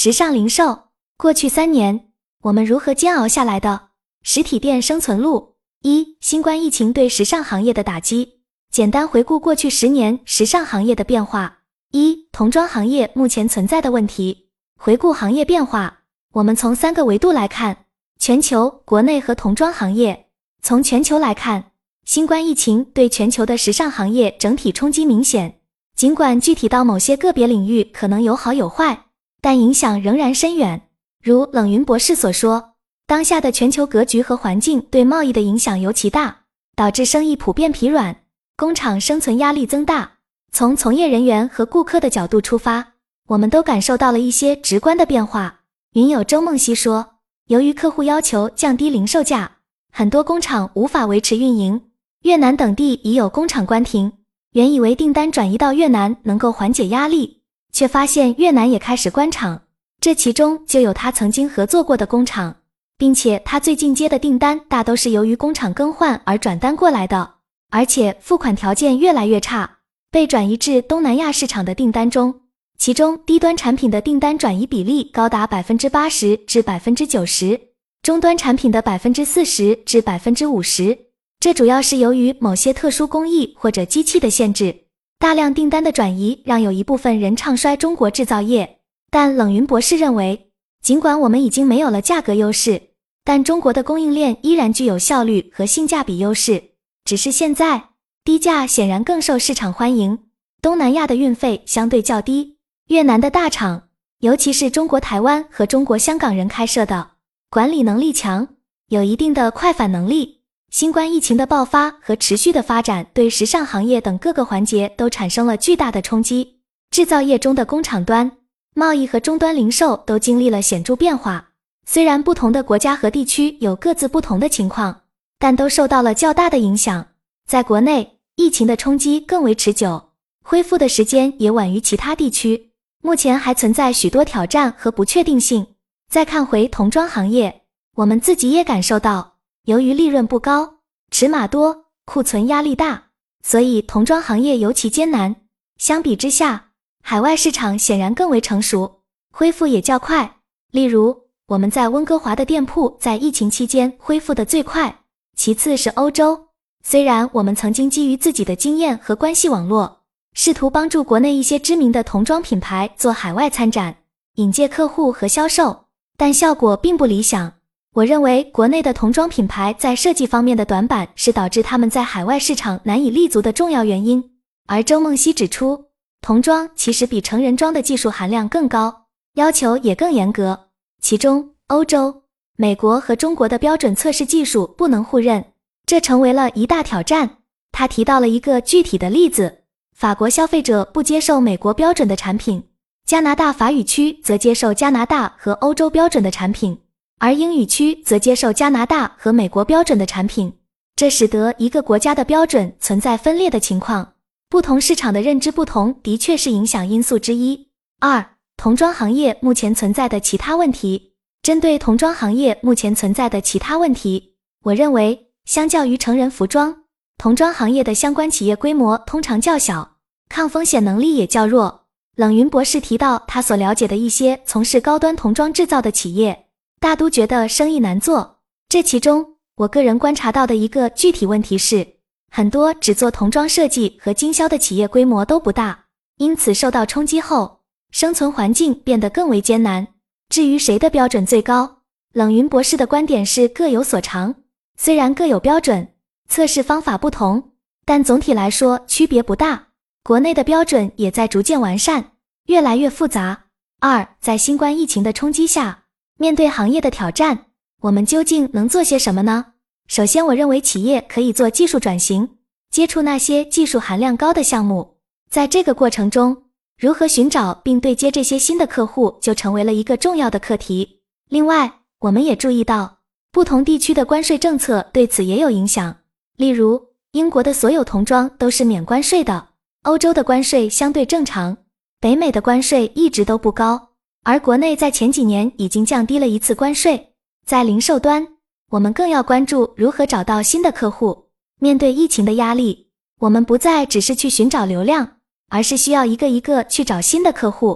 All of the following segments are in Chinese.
时尚零售，过去3年，我们如何煎熬下来的？实体店生存录。1. 新冠疫情对时尚行业的打击。简单回顾过去10年时尚行业的变化。1. 童装行业目前存在的问题。回顾行业变化，我们从3个维度来看：全球、国内和童装行业。从全球来看，新冠疫情对全球的时尚行业整体冲击明显，尽管具体到某些个别领域可能有好有坏，但影响仍然深远。如冷云博士所说，当下的全球格局和环境对贸易的影响尤其大，导致生意普遍疲软，工厂生存压力增大。从从业人员和顾客的角度出发，我们都感受到了一些直观的变化。云友周梦溪说，由于客户要求降低零售价，很多工厂无法维持运营，越南等地已有工厂关停。原以为订单转移到越南能够缓解压力，却发现越南也开始关厂，这其中就有他曾经合作过的工厂，并且他最近接的订单大都是由于工厂更换而转单过来的，而且付款条件越来越差，被转移至东南亚市场的订单中，其中低端产品的订单转移比例高达 80% 至 90%， 中端产品的 40% 至 50%。这主要是由于某些特殊工艺或者机器的限制，大量订单的转移让有一部分人唱衰中国制造业。但冷云博士认为，尽管我们已经没有了价格优势，但中国的供应链依然具有效率和性价比优势，只是现在低价显然更受市场欢迎，东南亚的运费相对较低，越南的大厂，尤其是中国台湾和中国香港人开设的，管理能力强，有一定的快反能力。新冠疫情的爆发和持续的发展对时尚行业等各个环节都产生了巨大的冲击。制造业中的工厂端、贸易和终端零售都经历了显著变化。虽然不同的国家和地区有各自不同的情况，但都受到了较大的影响。在国内，疫情的冲击更为持久，恢复的时间也晚于其他地区，目前还存在许多挑战和不确定性。再看回童装行业，我们自己也感受到，由于利润不高，尺码多，库存压力大，所以童装行业尤其艰难。相比之下，海外市场显然更为成熟，恢复也较快。例如，我们在温哥华的店铺在疫情期间恢复得最快，其次是欧洲。虽然我们曾经基于自己的经验和关系网络，试图帮助国内一些知名的童装品牌做海外参展，引介客户和销售，但效果并不理想。我认为国内的童装品牌在设计方面的短板是导致他们在海外市场难以立足的重要原因。而周梦溪指出，童装其实比成人装的技术含量更高，要求也更严格，其中欧洲、美国和中国的标准测试技术不能互认，这成为了一大挑战。他提到了一个具体的例子，法国消费者不接受美国标准的产品，加拿大法语区则接受加拿大和欧洲标准的产品，而英语区则接受加拿大和美国标准的产品，这使得一个国家的标准存在分裂的情况。不同市场的认知不同的确是影响因素之一。2. 童装行业目前存在的其他问题。针对童装行业目前存在的其他问题，我认为，相较于成人服装，童装行业的相关企业规模通常较小，抗风险能力也较弱。冷云博士提到他所了解的一些从事高端童装制造的企业，大都觉得生意难做。这其中，我个人观察到的一个具体问题是，很多只做童装设计和经销的企业规模都不大，因此受到冲击后，生存环境变得更为艰难。至于谁的标准最高，冷云博士的观点是各有所长，虽然各有标准，测试方法不同，但总体来说区别不大。国内的标准也在逐渐完善，越来越复杂。2. 在新冠疫情的冲击下，面对行业的挑战，我们究竟能做些什么呢？首先，我认为企业可以做技术转型，接触那些技术含量高的项目。在这个过程中，如何寻找并对接这些新的客户就成为了一个重要的课题。另外，我们也注意到，不同地区的关税政策对此也有影响。例如，英国的所有童装都是免关税的，欧洲的关税相对正常，北美的关税一直都不高，而国内在前几年已经降低了一次关税。在零售端，我们更要关注如何找到新的客户。面对疫情的压力，我们不再只是去寻找流量，而是需要一个一个去找新的客户。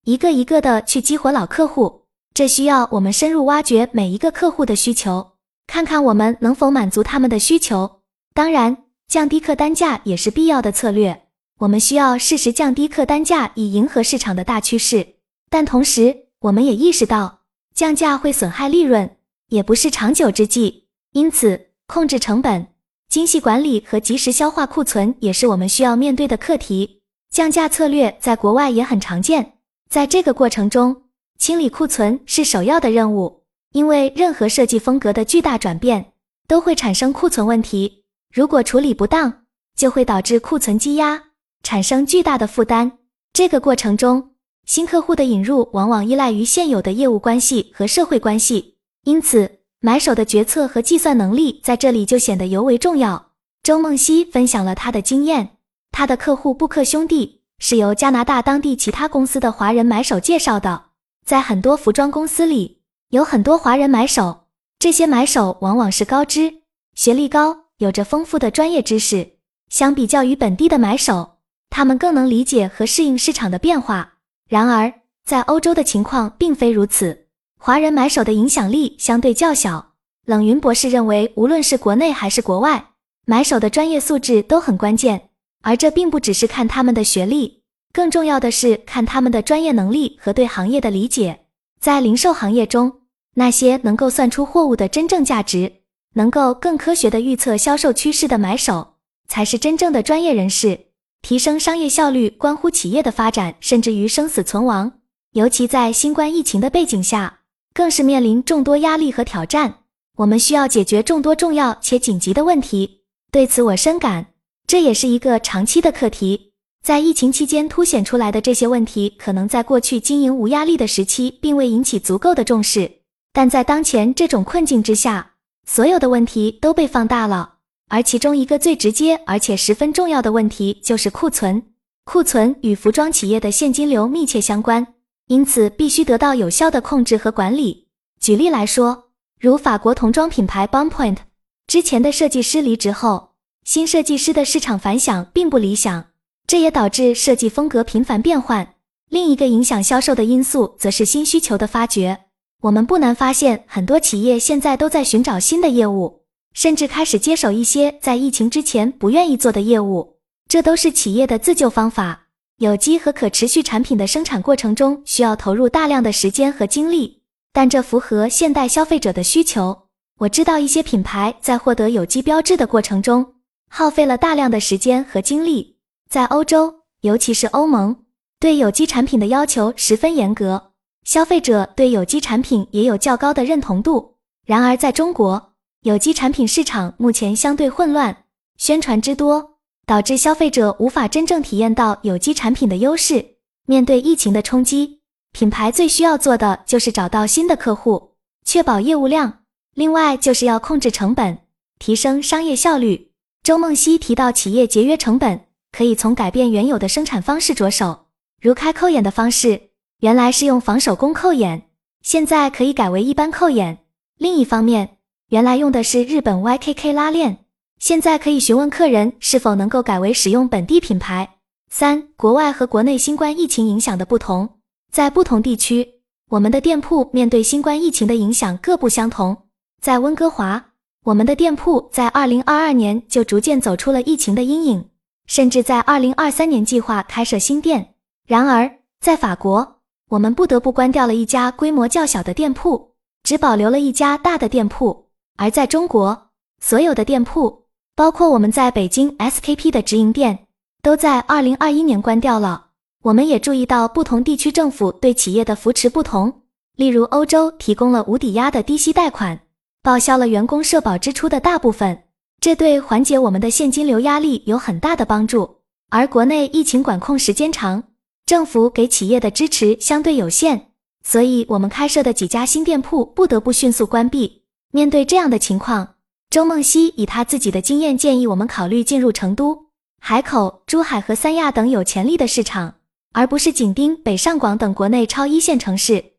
一个一个的去激活老客户，这需要我们深入挖掘每一个客户的需求，看看我们能否满足他们的需求。当然，降低客单价也是必要的策略，我们需要适时降低客单价以迎合市场的大趋势。但同时，我们也意识到，降价会损害利润，也不是长久之计。因此，控制成本、精细管理和及时消化库存也是我们需要面对的课题。降价策略在国外也很常见，在这个过程中，清理库存是首要的任务，因为任何设计风格的巨大转变都会产生库存问题，如果处理不当，就会导致库存积压，产生巨大的负担。这个过程中，新客户的引入往往依赖于现有的业务关系和社会关系，因此买手的决策和计算能力在这里就显得尤为重要。周梦溪分享了他的经验，他的客户布克兄弟是由加拿大当地其他公司的华人买手介绍的。在很多服装公司里，有很多华人买手，这些买手往往是高知、学历高，有着丰富的专业知识。相比较于本地的买手，他们更能理解和适应市场的变化。然而，在欧洲的情况并非如此，华人买手的影响力相对较小。冷云博士认为，无论是国内还是国外，买手的专业素质都很关键，而这并不只是看他们的学历，更重要的是看他们的专业能力和对行业的理解。在零售行业中，那些能够算出货物的真正价值，能够更科学地预测销售趋势的买手，才是真正的专业人士。提升商业效率关乎企业的发展，甚至于生死存亡，尤其在新冠疫情的背景下，更是面临众多压力和挑战。我们需要解决众多重要且紧急的问题，对此我深感，这也是一个长期的课题。在疫情期间凸显出来的这些问题，可能在过去经营无压力的时期并未引起足够的重视，但在当前这种困境之下，所有的问题都被放大了。而其中一个最直接而且十分重要的问题就是库存。库存与服装企业的现金流密切相关，因此必须得到有效的控制和管理。举例来说，如法国童装品牌 Bonpoint 之前的设计师离职后，新设计师的市场反响并不理想，这也导致设计风格频繁变换。另一个影响销售的因素则是新需求的发掘。我们不难发现，很多企业现在都在寻找新的业务，甚至开始接手一些在疫情之前不愿意做的业务，这都是企业的自救方法。有机和可持续产品的生产过程中需要投入大量的时间和精力，但这符合现代消费者的需求。我知道一些品牌在获得有机标志的过程中，耗费了大量的时间和精力。在欧洲，尤其是欧盟，对有机产品的要求十分严格，消费者对有机产品也有较高的认同度。然而在中国，有机产品市场目前相对混乱，宣传之多，导致消费者无法真正体验到有机产品的优势。面对疫情的冲击，品牌最需要做的就是找到新的客户，确保业务量。另外就是要控制成本，提升商业效率。周梦溪提到企业节约成本，可以从改变原有的生产方式着手，如开扣眼的方式，原来是用仿手工扣眼，现在可以改为一般扣眼。另一方面，原来用的是日本 YKK 拉链，现在可以询问客人是否能够改为使用本地品牌。3. 国外和国内新冠疫情影响的不同。在不同地区，我们的店铺面对新冠疫情的影响各不相同。在温哥华，我们的店铺在2022年就逐渐走出了疫情的阴影，甚至在2023年计划开设新店。然而，在法国，我们不得不关掉了一家规模较小的店铺，只保留了一家大的店铺。而在中国，所有的店铺，包括我们在北京 SKP 的直营店，都在2021年关掉了。我们也注意到不同地区政府对企业的扶持不同，例如欧洲提供了无抵押的低息贷款，报销了员工社保支出的大部分，这对缓解我们的现金流压力有很大的帮助。而国内疫情管控时间长，政府给企业的支持相对有限，所以我们开设的几家新店铺不得不迅速关闭。面对这样的情况，周梦溪以他自己的经验建议我们考虑进入成都、海口、珠海和三亚等有潜力的市场，而不是紧盯北上广等国内超一线城市。